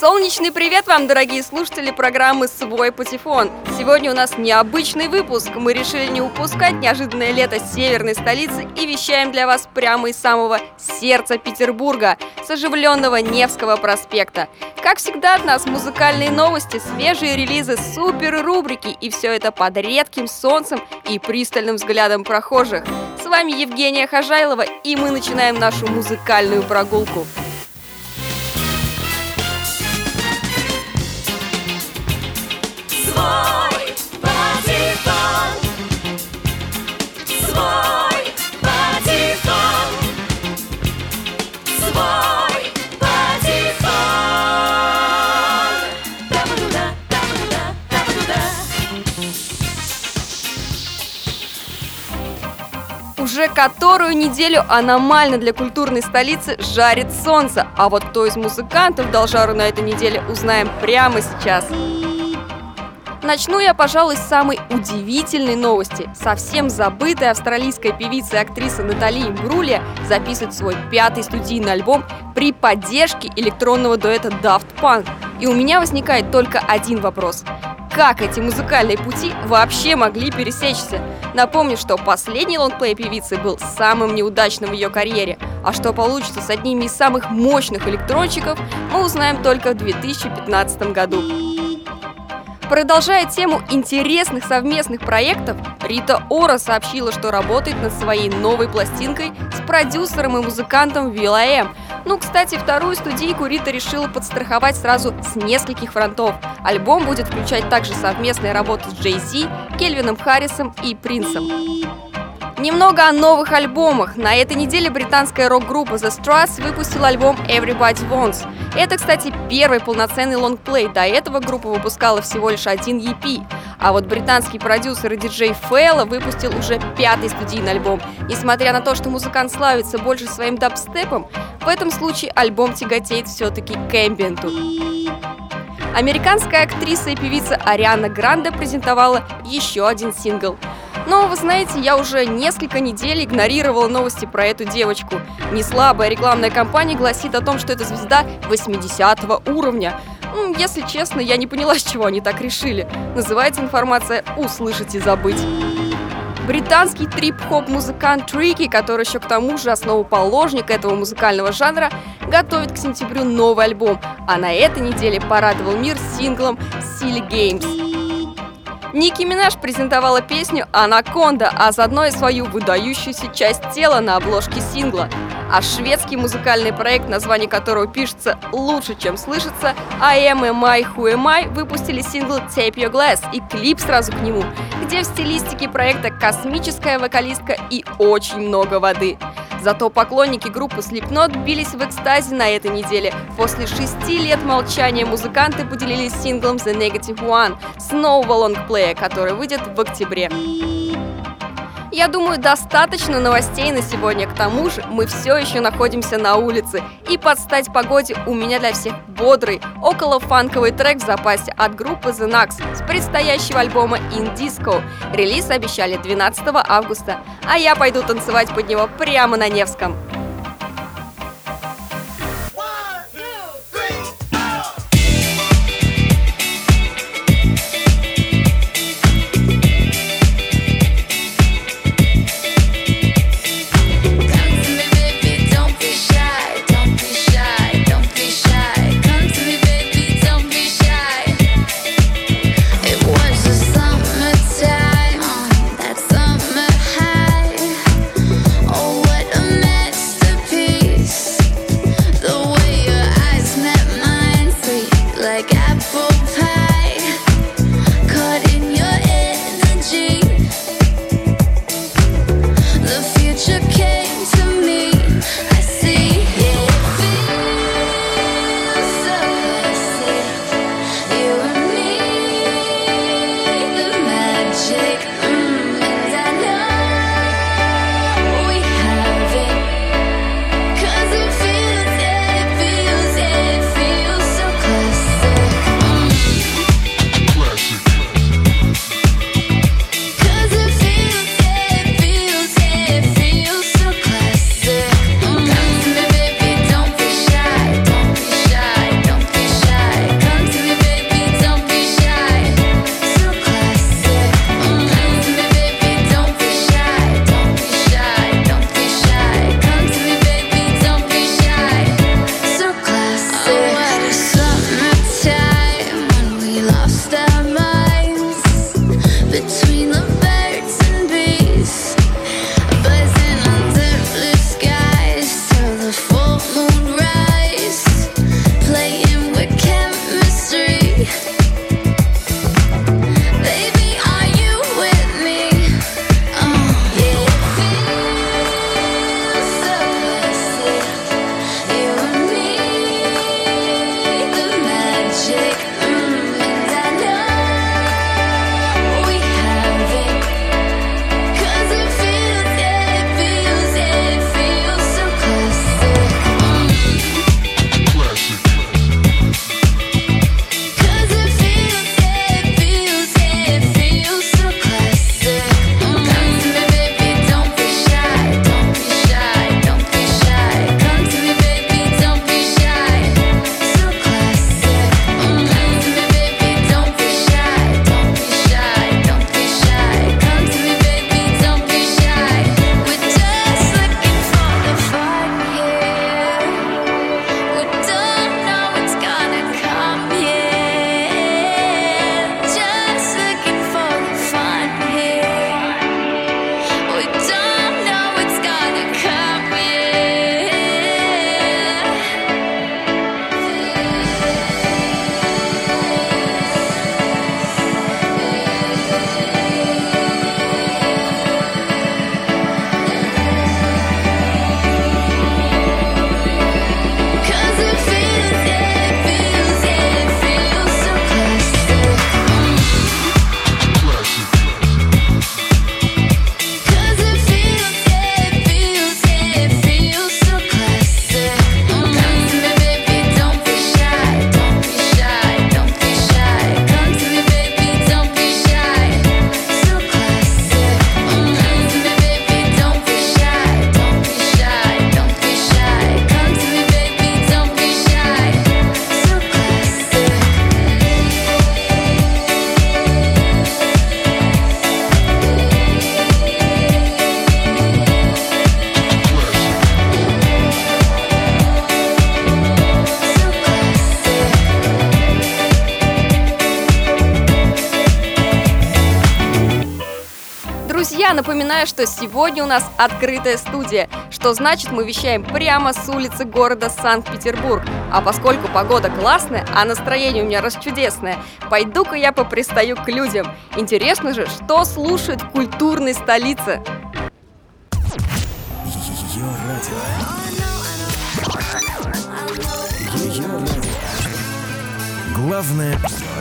Солнечный привет вам, дорогие слушатели программы «Свой патефон». Сегодня у нас необычный выпуск. Мы решили не упускать неожиданное лето северной столицы и вещаем для вас прямо из самого сердца Петербурга, с оживленного Невского проспекта. Как всегда, от нас музыкальные новости, свежие релизы, супер-рубрики, и все это под редким солнцем и пристальным взглядом прохожих. С вами Евгения Хожайлова, и мы начинаем нашу музыкальную прогулку. Свой патефон, свой патефон, свой патефон. Та-ба-ду-да, та-ба-ду-да, та-ба-ду-да. Уже которую неделю аномально для культурной столицы жарит солнце, а вот кто из музыкантов дал жару на этой неделе, узнаем прямо сейчас. Начну я, пожалуй, с самой удивительной новости. Совсем забытая австралийская певица и актриса Натали Имбрулия записывает свой 5-й студийный альбом при поддержке электронного дуэта Daft Punk. И у меня возникает только один вопрос. Как эти музыкальные пути вообще могли пересечься? Напомню, что последний лонгплей певицы был самым неудачным в ее карьере. А что получится с одними из самых мощных электронщиков, мы узнаем только в 2015 году. Продолжая тему интересных совместных проектов, Рита Ора сообщила, что работает над своей новой пластинкой с продюсером и музыкантом will.i.am. Кстати, вторую студийку Рита решила подстраховать сразу с нескольких фронтов. Альбом будет включать также совместные работы с Jay-Z, Кельвином Харрисом и Принсом. Немного о новых альбомах. На этой неделе британская рок-группа The Struts выпустила альбом Everybody Wants. Это, кстати, первый полноценный лонгплей. До этого группа выпускала всего лишь один EP. А вот британский продюсер и диджей Фэлла выпустил уже 5-й студийный альбом. Несмотря на то, что музыкант славится больше своим дабстепом, в этом случае альбом тяготеет все-таки к эмбиенту. Американская актриса и певица Ариана Гранде презентовала еще один сингл. Но, вы знаете, я уже несколько недель игнорировала новости про эту девочку. Неслабая рекламная кампания гласит о том, что это звезда 80-го уровня. Если честно, я не поняла, с чего они так решили. Называется информация «Услышать и забыть». Британский трип-хоп-музыкант Tricky, который еще к тому же основоположник этого музыкального жанра, готовит к сентябрю новый альбом, а на этой неделе порадовал мир синглом Silly Games. Ники Минаж презентовала песню «Анаконда», а заодно и свою выдающуюся часть тела на обложке сингла. А шведский музыкальный проект, название которого пишется лучше, чем слышится, I Am I Who Am I, выпустили сингл Tape Your Glass и клип сразу к нему, где в стилистике проекта космическая вокалистка и очень много воды. Зато поклонники группы Slipknot бились в экстазе на этой неделе. После 6 лет молчания музыканты поделились синглом The Negative One с нового лонгплея, который выйдет в октябре. Я думаю, достаточно новостей на сегодня. К тому же мы все еще находимся на улице. И под стать погоде у меня для всех бодрый, около-фанковый трек в запасе от группы The Knocks с предстоящего альбома In Disco. Релиз обещали 12 августа, а я пойду танцевать под него прямо на Невском. That summer high, oh what a mess. Друзья, напоминаю, что сегодня у нас открытая студия, что значит, мы вещаем прямо с улицы города Санкт-Петербург. А поскольку погода классная, а настроение у меня расчудесное, пойду-ка я попристаю к людям. Интересно же, что слушают в культурной столице. Главное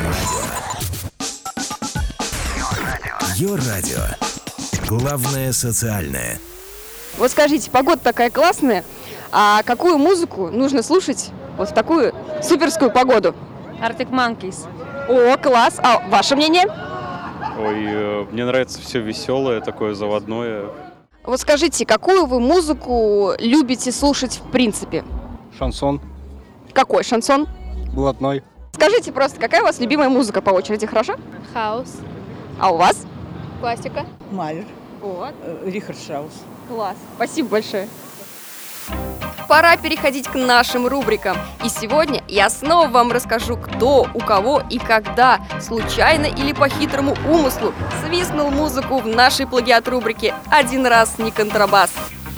Йо-радио. Главное социальное. Вот скажите, погода такая классная, а какую музыку нужно слушать вот в такую суперскую погоду? Arctic Monkeys. О, класс! А ваше мнение? Ой, мне нравится все веселое, такое заводное. Вот скажите, какую вы музыку любите слушать в принципе? Шансон, Какой шансон? блатной. Скажите просто, какая у вас любимая музыка по очереди, хорошо? Хаус. А у вас? Классика. Малер, Вот. Рихард Шраус. Класс. Спасибо большое. Пора переходить к нашим рубрикам. И сегодня я снова вам расскажу, кто, у кого и когда, случайно или по хитрому умыслу, свистнул музыку в нашей плагиат-рубрике «Один раз не контрабас».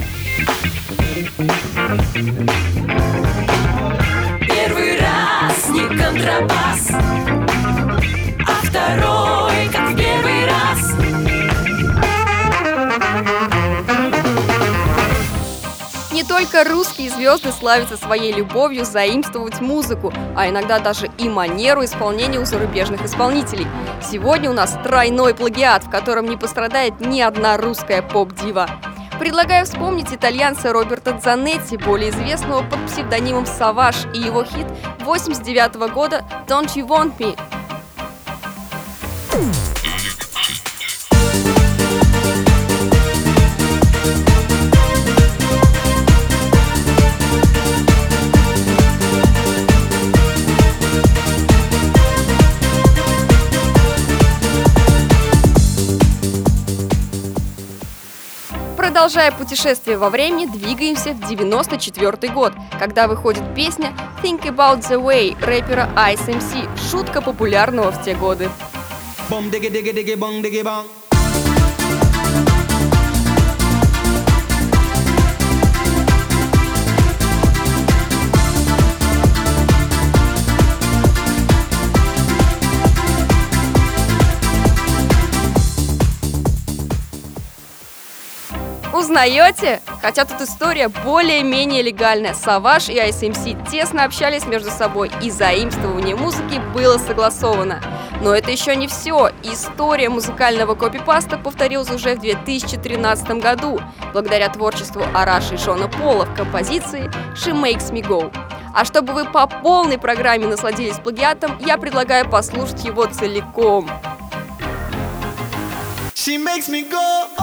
Первый раз не контрабас, а второй, как в первый раз. Не только русские звезды славятся своей любовью заимствовать музыку, а иногда даже и манеру исполнения у зарубежных исполнителей. Сегодня у нас тройной плагиат, в котором не пострадает ни одна русская поп-дива. Предлагаю вспомнить итальянца Роберто Дзанетти, более известного под псевдонимом Саваш, и его хит 1989 года «Don't You Want Me?». Продолжая путешествие во времени, двигаемся в 94 год, когда выходит песня «Think About the Way» рэпера Ice MC, шутка популярного в те годы. Bum diggy diggy diggy bong diggy bong. Узнаете? Хотя тут история более-менее легальная. Саваш и Ice MC тесно общались между собой, и заимствование музыки было согласовано. Но это еще не все. История музыкального копипаста повторилась уже в 2013 году, благодаря творчеству Араши и Шона Пола в композиции «She Makes Me Go». А чтобы вы по полной программе насладились плагиатом, я предлагаю послушать его целиком. She makes me go, oh,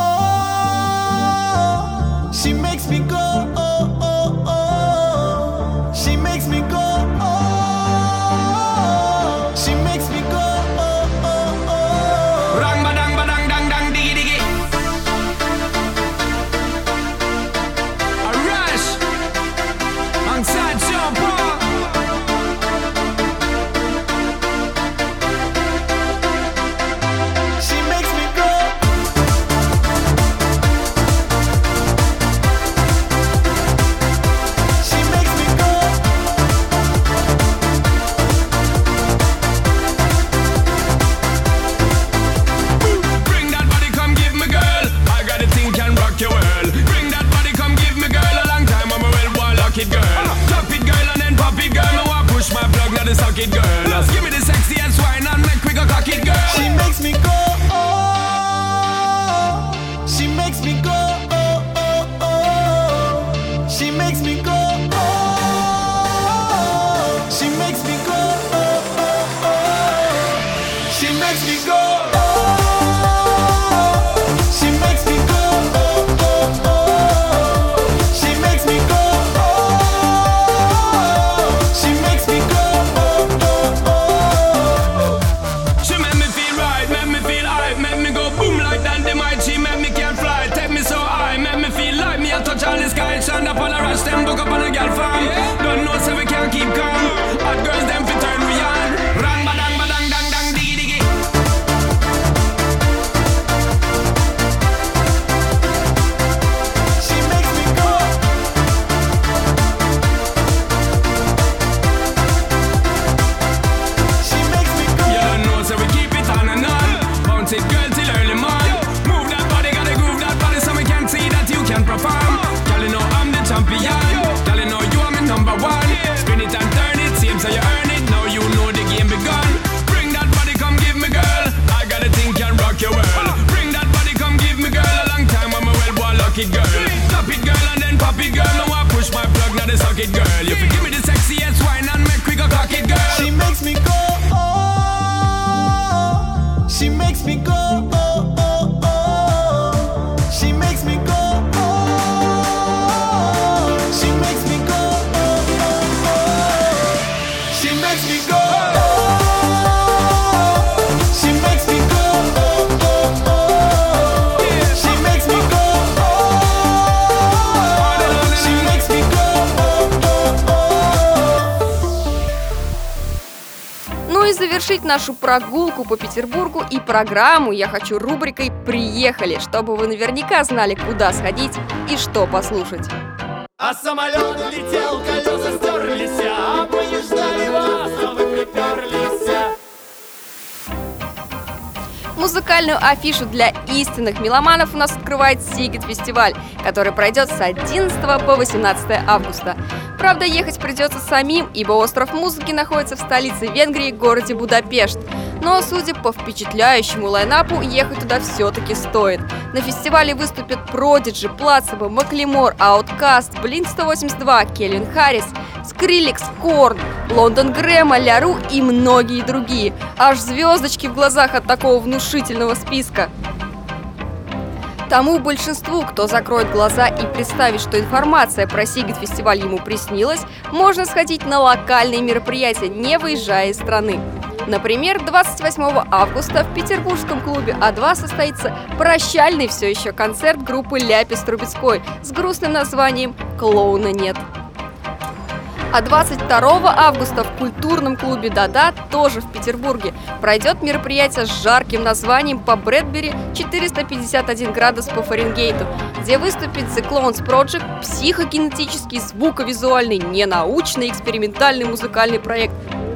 she makes me go, oh, oh, oh. She makes me go, oh, she makes me go, oh, oh, oh. Rang badang badang dang dang diggy diggy. A rush, alongside John Paul. She makes me go. it, girl. Drop it, girl, and then pop it, girl. Now I push my plug, now they suck it, girl. You give me the sexiest wine and make we go cock it, girl. She makes me go, oh. She makes me go, oh, oh, oh. She makes me go, oh. She makes me go, oh, oh, oh. She makes me go, oh. She makes me go, oh, oh, oh. She makes me go, oh. She makes me go, oh, oh, oh. Ну и завершить нашу прогулку по Петербургу и программу я хочу рубрикой «Приехали», чтобы вы наверняка знали, куда сходить и что послушать. А самолет летел, колеса стерлись, а мы не ждали вас, а вы приперлись. Музыкальную афишу для истинных меломанов у нас открывает Сигет-фестиваль, который пройдет с 11 по 18 августа. Правда, ехать придется самим, ибо остров музыки находится в столице Венгрии, городе Будапешт. Но, судя по впечатляющему лайнапу, ехать туда все-таки стоит. На фестивале выступят Продиджи, Плацебо, Маклемор, Ауткаст, Блинк-182, Кельвин Харрис, Скриллекс, Корн, Лондон Грэма, Ля Ру и многие другие. Аж звездочки в глазах от такого внушительного списка. Тому большинству, кто закроет глаза и представит, что информация про Сигет-фестиваль ему приснилась, можно сходить на локальные мероприятия, не выезжая из страны. Например, 28 августа в петербургском клубе А2 состоится прощальный все еще концерт группы Ляпис-Трубецкой с грустным названием «Клоуна нет». А 22 августа в культурном клубе «Да-да», тоже в Петербурге, пройдет мероприятие с жарким названием по Брэдбери 451 градус по Фаренгейту, где выступит The Clones Project, психогенетический, звуковизуальный, ненаучный, экспериментальный музыкальный проект.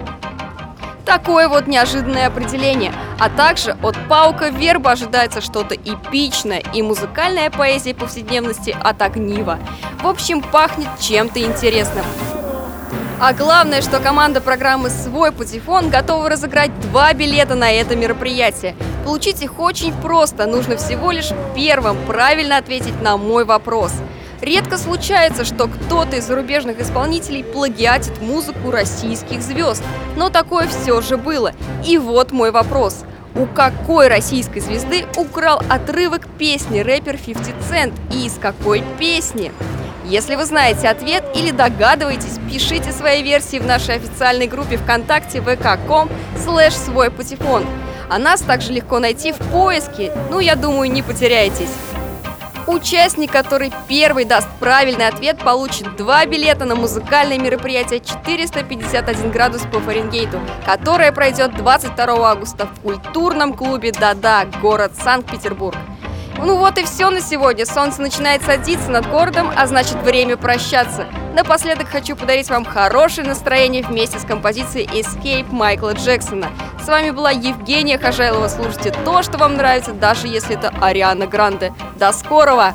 Такое вот неожиданное определение. А также от Паука Верба ожидается что-то эпичное и музыкальная поэзия повседневности от Огнива. В общем, пахнет чем-то интересным. А главное, что команда программы «Свой патефон» готова разыграть 2 билета на это мероприятие. Получить их очень просто, нужно всего лишь первым правильно ответить на мой вопрос. Редко случается, что кто-то из зарубежных исполнителей плагиатит музыку российских звезд, но такое все же было. И вот мой вопрос. У какой российской звезды украл отрывок песни рэпер 50 Cent и из какой песни? Если вы знаете ответ или догадываетесь, пишите свои версии в нашей официальной группе ВКонтакте vk.com/свойпатефон. А нас также легко найти в поиске, я думаю, не потеряетесь. Участник, который первый даст правильный ответ, получит 2 билета на музыкальное мероприятие 451 градус по Фаренгейту, которое пройдет 22 августа в культурном клубе «Да-да», город Санкт-Петербург. Ну вот и все на сегодня. Солнце начинает садиться над городом, а значит время прощаться. Напоследок хочу подарить вам хорошее настроение вместе с композицией Escape Майкла Джексона. С вами была Евгения Хожайлова. Слушайте то, что вам нравится, даже если это Ариана Гранде. До скорого!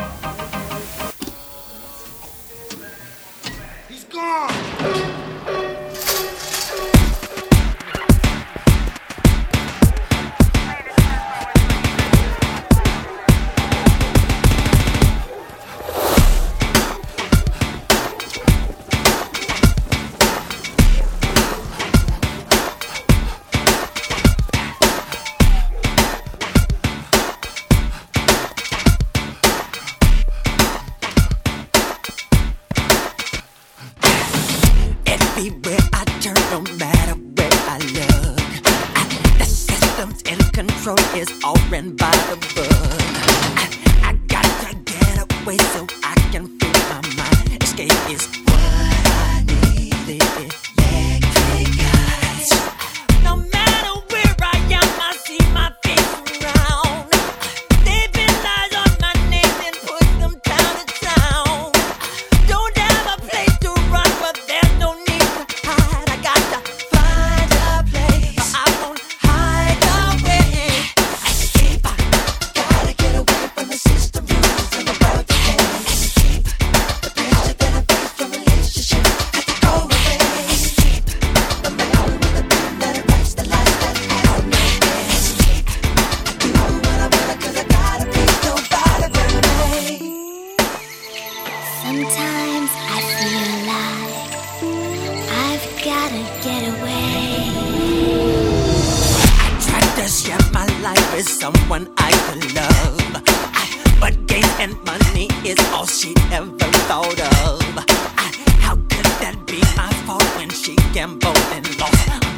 Everywhere I turn, no matter where I look, the system's in control, is all ran by the book. I got to get away so I can free my mind. Escape is what I need. The electric eyes. No matter where I am, I see my face around. They've been lies on my name and put them down to town. Don't have a place to run, but there's no need to hide. I got to find a place, but I won't hide away. Escape, I gotta get away from the system, rules and the broken. someone I could love. But gain and money is all she ever thought of. How could that be my fault when she gambled and lost?